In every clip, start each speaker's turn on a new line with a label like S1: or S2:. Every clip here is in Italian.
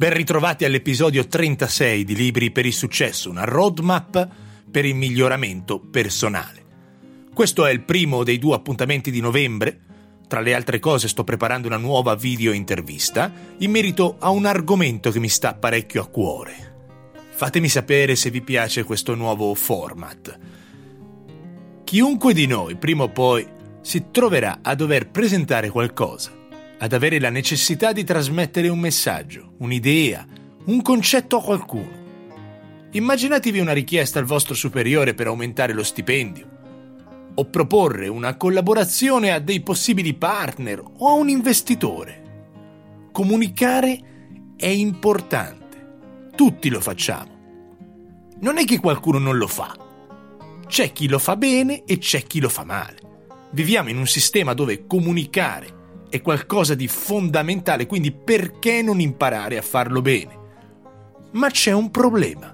S1: Ben ritrovati all'episodio 36 di Libri per il Successo, una roadmap per il miglioramento personale. Questo è il primo dei 2 appuntamenti di novembre. Tra le altre cose sto preparando una nuova video intervista in merito a un argomento che mi sta parecchio a cuore. Fatemi sapere se vi piace questo nuovo format. Chiunque di noi, prima o poi, si troverà a dover presentare qualcosa, ad avere la necessità di trasmettere un messaggio, un'idea, un concetto a qualcuno. Immaginatevi una richiesta al vostro superiore per aumentare lo stipendio, o proporre una collaborazione a dei possibili partner o a un investitore. Comunicare è importante, tutti lo facciamo. Non è che qualcuno non lo fa, c'è chi lo fa bene e c'è chi lo fa male. Viviamo in un sistema dove comunicare è qualcosa di fondamentale, quindi perché non imparare a farlo bene? Ma c'è un problema.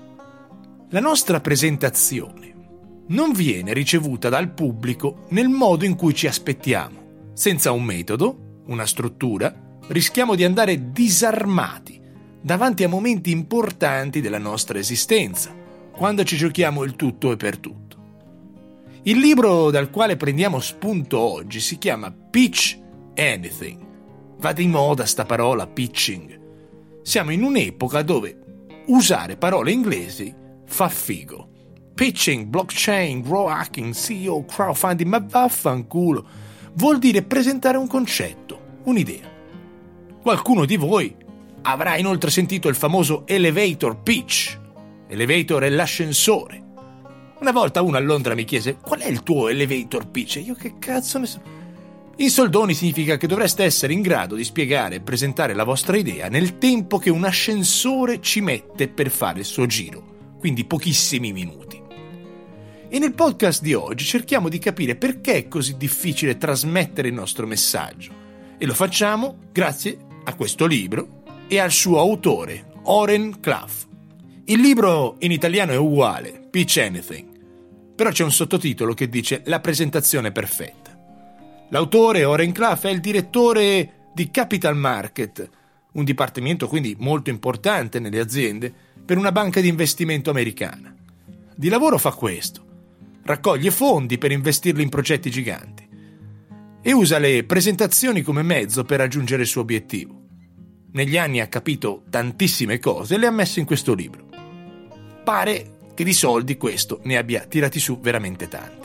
S1: La nostra presentazione non viene ricevuta dal pubblico nel modo in cui ci aspettiamo. Senza un metodo, una struttura, rischiamo di andare disarmati davanti a momenti importanti della nostra esistenza, quando ci giochiamo il tutto e per tutto. Il libro dal quale prendiamo spunto oggi si chiama Pitch Anything. Va di moda sta parola pitching. Siamo in un'epoca dove usare parole inglesi fa figo. Pitching, blockchain, growth hacking, CEO, crowdfunding, ma vaffanculo. Vuol dire presentare un concetto, un'idea. Qualcuno di voi avrà inoltre sentito il famoso elevator pitch. Elevator è l'ascensore. Una volta uno a Londra mi chiese: qual è il tuo elevator pitch? E io che cazzo ne so? In soldoni significa che dovreste essere in grado di spiegare e presentare la vostra idea nel tempo che un ascensore ci mette per fare il suo giro, quindi pochissimi minuti. E nel podcast di oggi cerchiamo di capire perché è così difficile trasmettere il nostro messaggio, e lo facciamo grazie a questo libro e al suo autore, Oren Klaff. Il libro in italiano è uguale, Pitch Anything, però c'è un sottotitolo che dice La presentazione perfetta. L'autore, Oren Klaff, è il direttore di Capital Market, un dipartimento quindi molto importante nelle aziende, per una banca di investimento americana. Di lavoro fa questo: raccoglie fondi per investirli in progetti giganti e usa le presentazioni come mezzo per raggiungere il suo obiettivo. Negli anni ha capito tantissime cose e le ha messe in questo libro. Pare che di soldi questo ne abbia tirati su veramente tanti.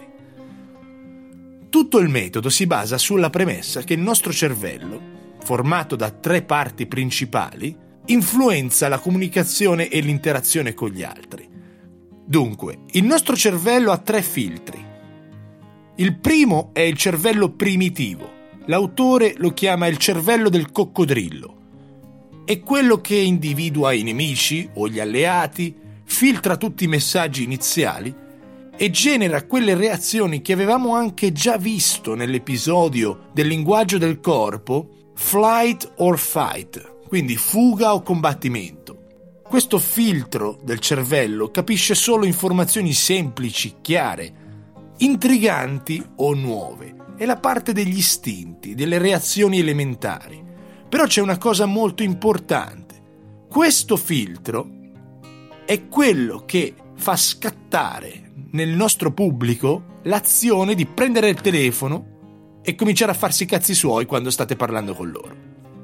S1: Tutto il metodo si basa sulla premessa che il nostro cervello, formato da 3 parti principali, influenza la comunicazione e l'interazione con gli altri. Dunque, il nostro cervello ha 3 filtri. Il primo è il cervello primitivo. L'autore lo chiama il cervello del coccodrillo. È quello che individua i nemici o gli alleati, filtra tutti i messaggi iniziali e genera quelle reazioni che avevamo anche già visto nell'episodio del linguaggio del corpo, flight or fight, quindi fuga o combattimento. Questo filtro del cervello capisce solo informazioni semplici, chiare, intriganti o nuove. È la parte degli istinti, delle reazioni elementari. Però c'è una cosa molto importante. Questo filtro è quello che fa scattare nel nostro pubblico l'azione di prendere il telefono e cominciare a farsi i cazzi suoi quando state parlando con loro.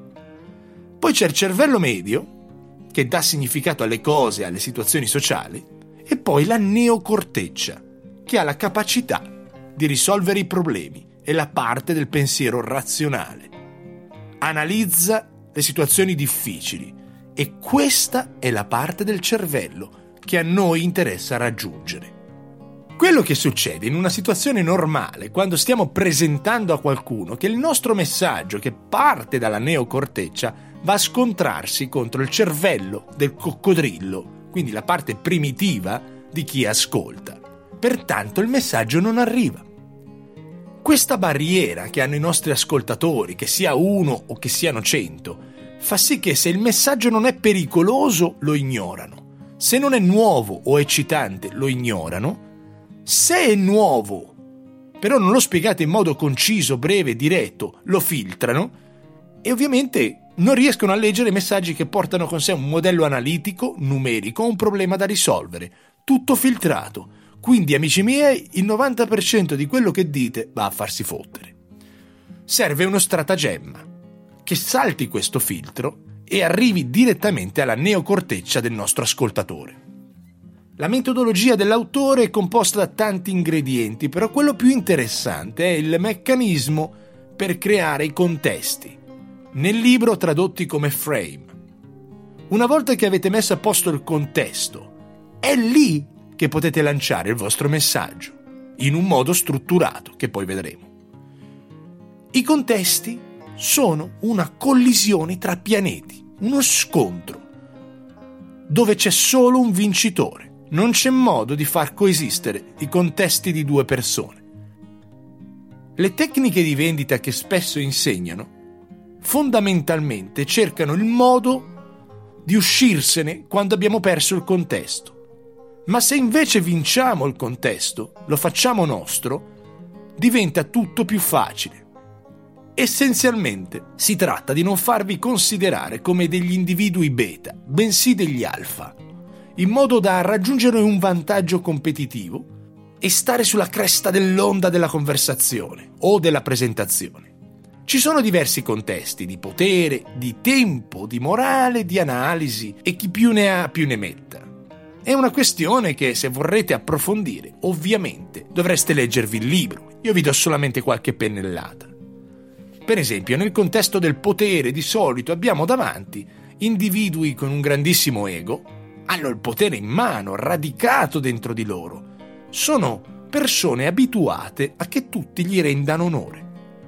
S1: Poi c'è il cervello medio, che dà significato alle cose, alle situazioni sociali, e poi la neocorteccia, che ha la capacità di risolvere i problemi, è la parte del pensiero razionale. Analizza le situazioni difficili, e questa è la parte del cervello che a noi interessa raggiungere. Quello che succede in una situazione normale, quando stiamo presentando a qualcuno, che il nostro messaggio, che parte dalla neocorteccia, va a scontrarsi contro il cervello del coccodrillo, quindi la parte primitiva di chi ascolta. Pertanto il messaggio non arriva. Questa barriera che hanno i nostri ascoltatori, che sia uno o che siano 100, fa sì che se il messaggio non è pericoloso, lo ignorano. Se non è nuovo o eccitante, lo ignorano. Se è nuovo, però non lo spiegate in modo conciso, breve, diretto, lo filtrano e ovviamente non riescono a leggere messaggi che portano con sé un modello analitico, numerico, un problema da risolvere, tutto filtrato. Quindi, amici miei, il 90% di quello che dite va a farsi fottere. Serve uno stratagemma che salti questo filtro e arrivi direttamente alla neocorteccia del nostro ascoltatore. La metodologia dell'autore è composta da tanti ingredienti, però quello più interessante è il meccanismo per creare i contesti, nel libro tradotti come frame. Una volta che avete messo a posto il contesto, è lì che potete lanciare il vostro messaggio, in un modo strutturato, che poi vedremo. I contesti sono una collisione tra pianeti, uno scontro, dove c'è solo un vincitore. Non c'è modo di far coesistere i contesti di due persone. Le tecniche di vendita che spesso insegnano, fondamentalmente cercano il modo di uscirsene quando abbiamo perso il contesto. Ma se invece vinciamo il contesto, lo facciamo nostro, diventa tutto più facile. Essenzialmente si tratta di non farvi considerare come degli individui beta, bensì degli alfa, in modo da raggiungere un vantaggio competitivo e stare sulla cresta dell'onda della conversazione o della presentazione. Ci sono diversi contesti di potere, di tempo, di morale, di analisi e chi più ne ha più ne metta. È una questione che, se vorrete approfondire, ovviamente dovreste leggervi il libro. Io vi do solamente qualche pennellata. Per esempio, nel contesto del potere di solito abbiamo davanti individui con un grandissimo ego. Hanno il potere in mano, radicato dentro di loro. Sono persone abituate a che tutti gli rendano onore,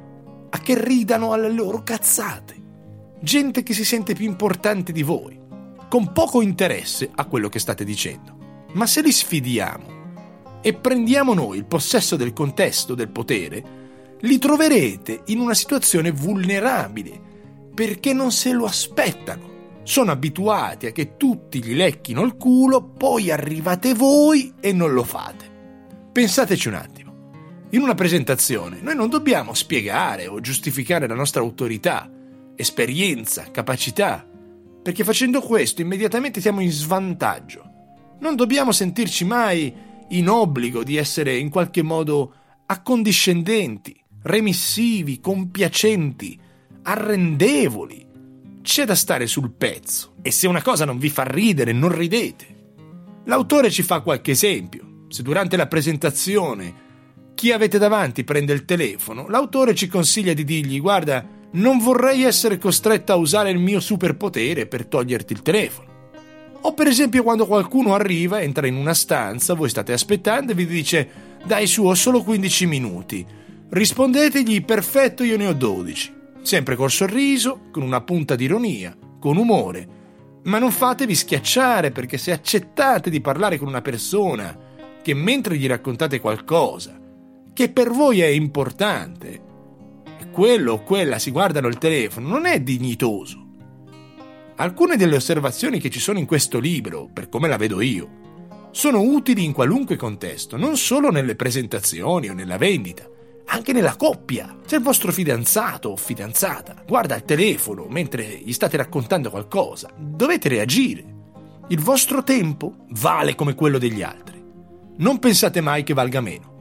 S1: a che ridano alle loro cazzate. Gente che si sente più importante di voi, con poco interesse a quello che state dicendo. Ma se li sfidiamo e prendiamo noi il possesso del contesto del potere, li troverete in una situazione vulnerabile, perché non se lo aspettano. Sono abituati a che tutti gli lecchino il culo, poi arrivate voi e non lo fate. Pensateci un attimo. In una presentazione noi non dobbiamo spiegare o giustificare la nostra autorità, esperienza, capacità, perché facendo questo immediatamente siamo in svantaggio. Non dobbiamo sentirci mai in obbligo di essere in qualche modo accondiscendenti, remissivi, compiacenti, arrendevoli. C'è da stare sul pezzo, e se una cosa non vi fa ridere, non ridete. L'autore ci fa qualche esempio. Se durante la presentazione chi avete davanti prende il telefono, l'autore ci consiglia di dirgli: guarda, non vorrei essere costretto a usare il mio superpotere per toglierti il telefono. O per esempio quando qualcuno arriva, entra in una stanza, voi state aspettando e vi dice: dai su, ho solo 15 minuti. Rispondetegli: perfetto, io ne ho 12. Sempre col sorriso, con una punta di ironia, con umore. Ma non fatevi schiacciare, perché se accettate di parlare con una persona che mentre gli raccontate qualcosa che per voi è importante e quello o quella si guardano il telefono, non è dignitoso. Alcune delle osservazioni che ci sono in questo libro, per come la vedo io, sono utili in qualunque contesto, non solo nelle presentazioni o nella vendita. Anche nella coppia. Se il vostro fidanzato o fidanzata guarda il telefono mentre gli state raccontando qualcosa, dovete reagire. Il vostro tempo vale come quello degli altri. Non pensate mai che valga meno.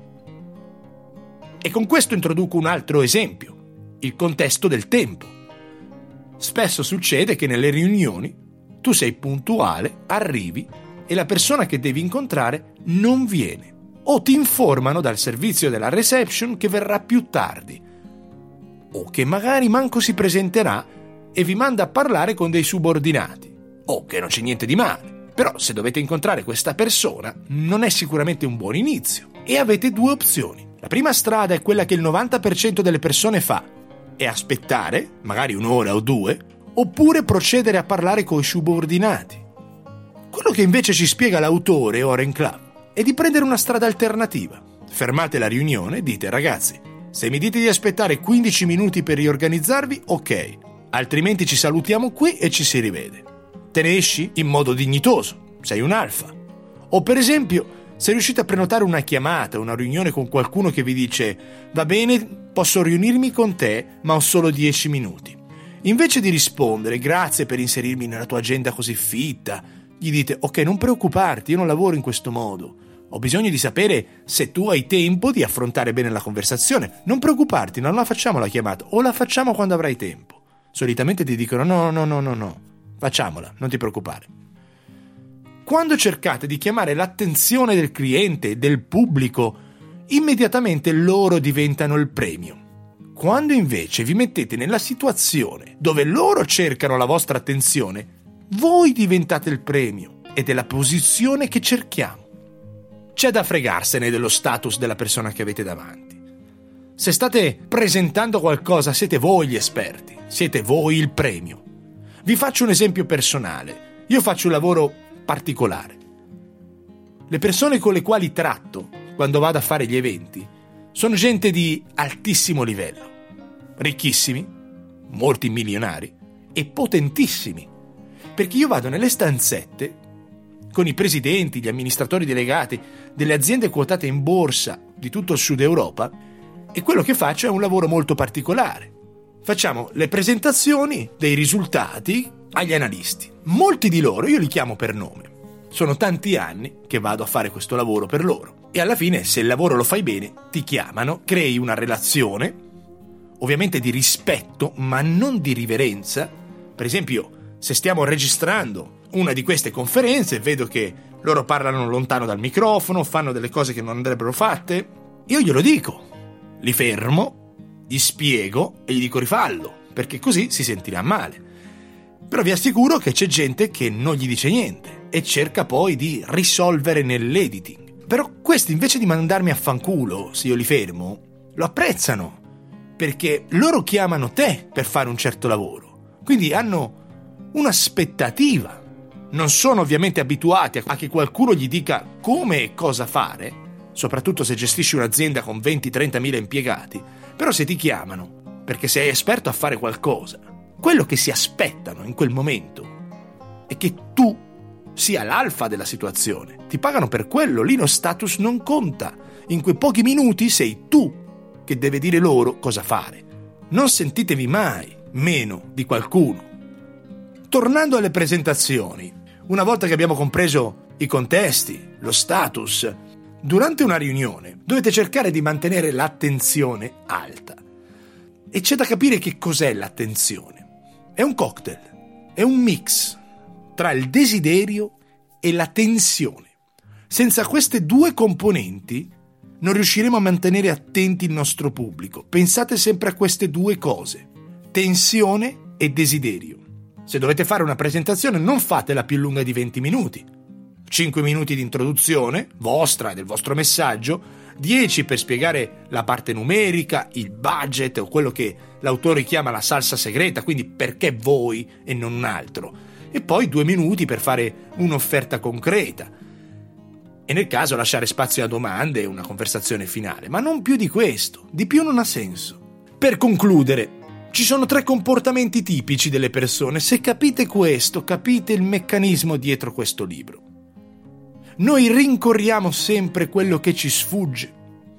S1: E con questo introduco un altro esempio, il contesto del tempo. Spesso succede che nelle riunioni tu sei puntuale, arrivi e la persona che devi incontrare non viene. O ti informano dal servizio della reception che verrà più tardi, o che magari manco si presenterà e vi manda a parlare con dei subordinati, o che non c'è niente di male. Però se dovete incontrare questa persona non è sicuramente un buon inizio e avete due opzioni. La prima strada è quella che il 90% delle persone fa, è aspettare, magari un'ora o due, oppure procedere a parlare coi subordinati. Quello che invece ci spiega l'autore Oren Klaff è di prendere una strada alternativa. Fermate la riunione e dite: ragazzi, se mi dite di aspettare 15 minuti per riorganizzarvi, ok, altrimenti ci salutiamo qui e ci si rivede. Te ne esci in modo dignitoso, sei un alfa. O per esempio, se riuscite a prenotare una chiamata, una riunione con qualcuno che vi dice: va bene, posso riunirmi con te, ma ho solo 10 minuti. Invece di rispondere grazie per inserirmi nella tua agenda così fitta, gli dite ok, non preoccuparti, io non lavoro in questo modo, ho bisogno di sapere se tu hai tempo di affrontare bene la conversazione, non preoccuparti, non la facciamo la chiamata o la facciamo quando avrai tempo. Solitamente ti dicono no, facciamola, non ti preoccupare. Quando cercate di chiamare l'attenzione del cliente, del pubblico, immediatamente loro diventano il premio. Quando invece vi mettete nella situazione dove loro cercano la vostra attenzione, voi diventate il premio ed è la posizione che cerchiamo. C'è da fregarsene dello status della persona che avete davanti. Se state presentando qualcosa, siete voi gli esperti, siete voi il premio. Vi faccio un esempio personale. Io faccio un lavoro particolare. Le persone con le quali tratto quando vado a fare gli eventi sono gente di altissimo livello, ricchissimi, molti milionari e potentissimi, perché io vado nelle stanzette con i presidenti, gli amministratori delegati delle aziende quotate in borsa di tutto il Sud Europa e quello che faccio è un lavoro molto particolare. Facciamo le presentazioni dei risultati agli analisti. Molti di loro io li chiamo per nome. Sono tanti anni che vado a fare questo lavoro per loro e alla fine, se il lavoro lo fai bene, ti chiamano, crei una relazione, ovviamente di rispetto ma non di riverenza. Per esempio, se stiamo registrando una di queste conferenze, vedo che loro parlano lontano dal microfono, fanno delle cose che non andrebbero fatte, io glielo dico, li fermo, gli spiego e gli dico rifallo, perché così si sentirà male. Però vi assicuro che c'è gente che non gli dice niente e cerca poi di risolvere nell'editing. Però questi, invece di mandarmi a fanculo se io li fermo, lo apprezzano, perché loro chiamano te per fare un certo lavoro, quindi hanno un'aspettativa. Non sono ovviamente abituati a che qualcuno gli dica come e cosa fare, soprattutto se gestisci un'azienda con 20-30 mila impiegati, però se ti chiamano perché sei esperto a fare qualcosa, quello che si aspettano in quel momento è che tu sia l'alfa della situazione. Ti pagano per quello, lì lo status non conta. In quei pochi minuti sei tu che deve dire loro cosa fare. Non sentitevi mai meno di qualcuno. Tornando alle presentazioni, una volta che abbiamo compreso i contesti, lo status, durante una riunione dovete cercare di mantenere l'attenzione alta. E c'è da capire che cos'è l'attenzione. È un cocktail, è un mix tra il desiderio e la tensione. Senza queste due componenti non riusciremo a mantenere attenti il nostro pubblico. Pensate sempre a queste due cose, tensione e desiderio. Se dovete fare una presentazione, non fatela più lunga di 20 minuti. 5 minuti di introduzione, vostra e del vostro messaggio, 10 per spiegare la parte numerica, il budget o quello che l'autore chiama la salsa segreta, quindi perché voi e non un altro, e poi 2 minuti per fare un'offerta concreta. E nel caso lasciare spazio a domande e una conversazione finale, ma non più di questo, di più non ha senso. Per concludere, ci sono 3 comportamenti tipici delle persone. Se capite questo, capite il meccanismo dietro questo libro. Noi rincorriamo sempre quello che ci sfugge.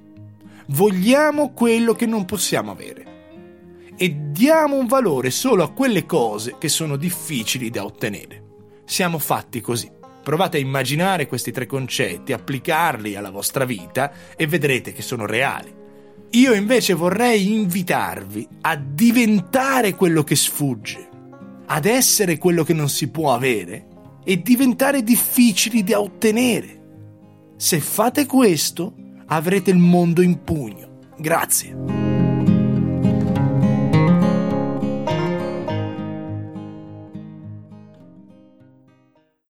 S1: Vogliamo quello che non possiamo avere. E diamo un valore solo a quelle cose che sono difficili da ottenere. Siamo fatti così. Provate a immaginare questi 3 concetti, applicarli alla vostra vita e vedrete che sono reali. Io invece vorrei invitarvi a diventare quello che sfugge, ad essere quello che non si può avere e diventare difficili da ottenere. Se fate questo, avrete il mondo in pugno. Grazie.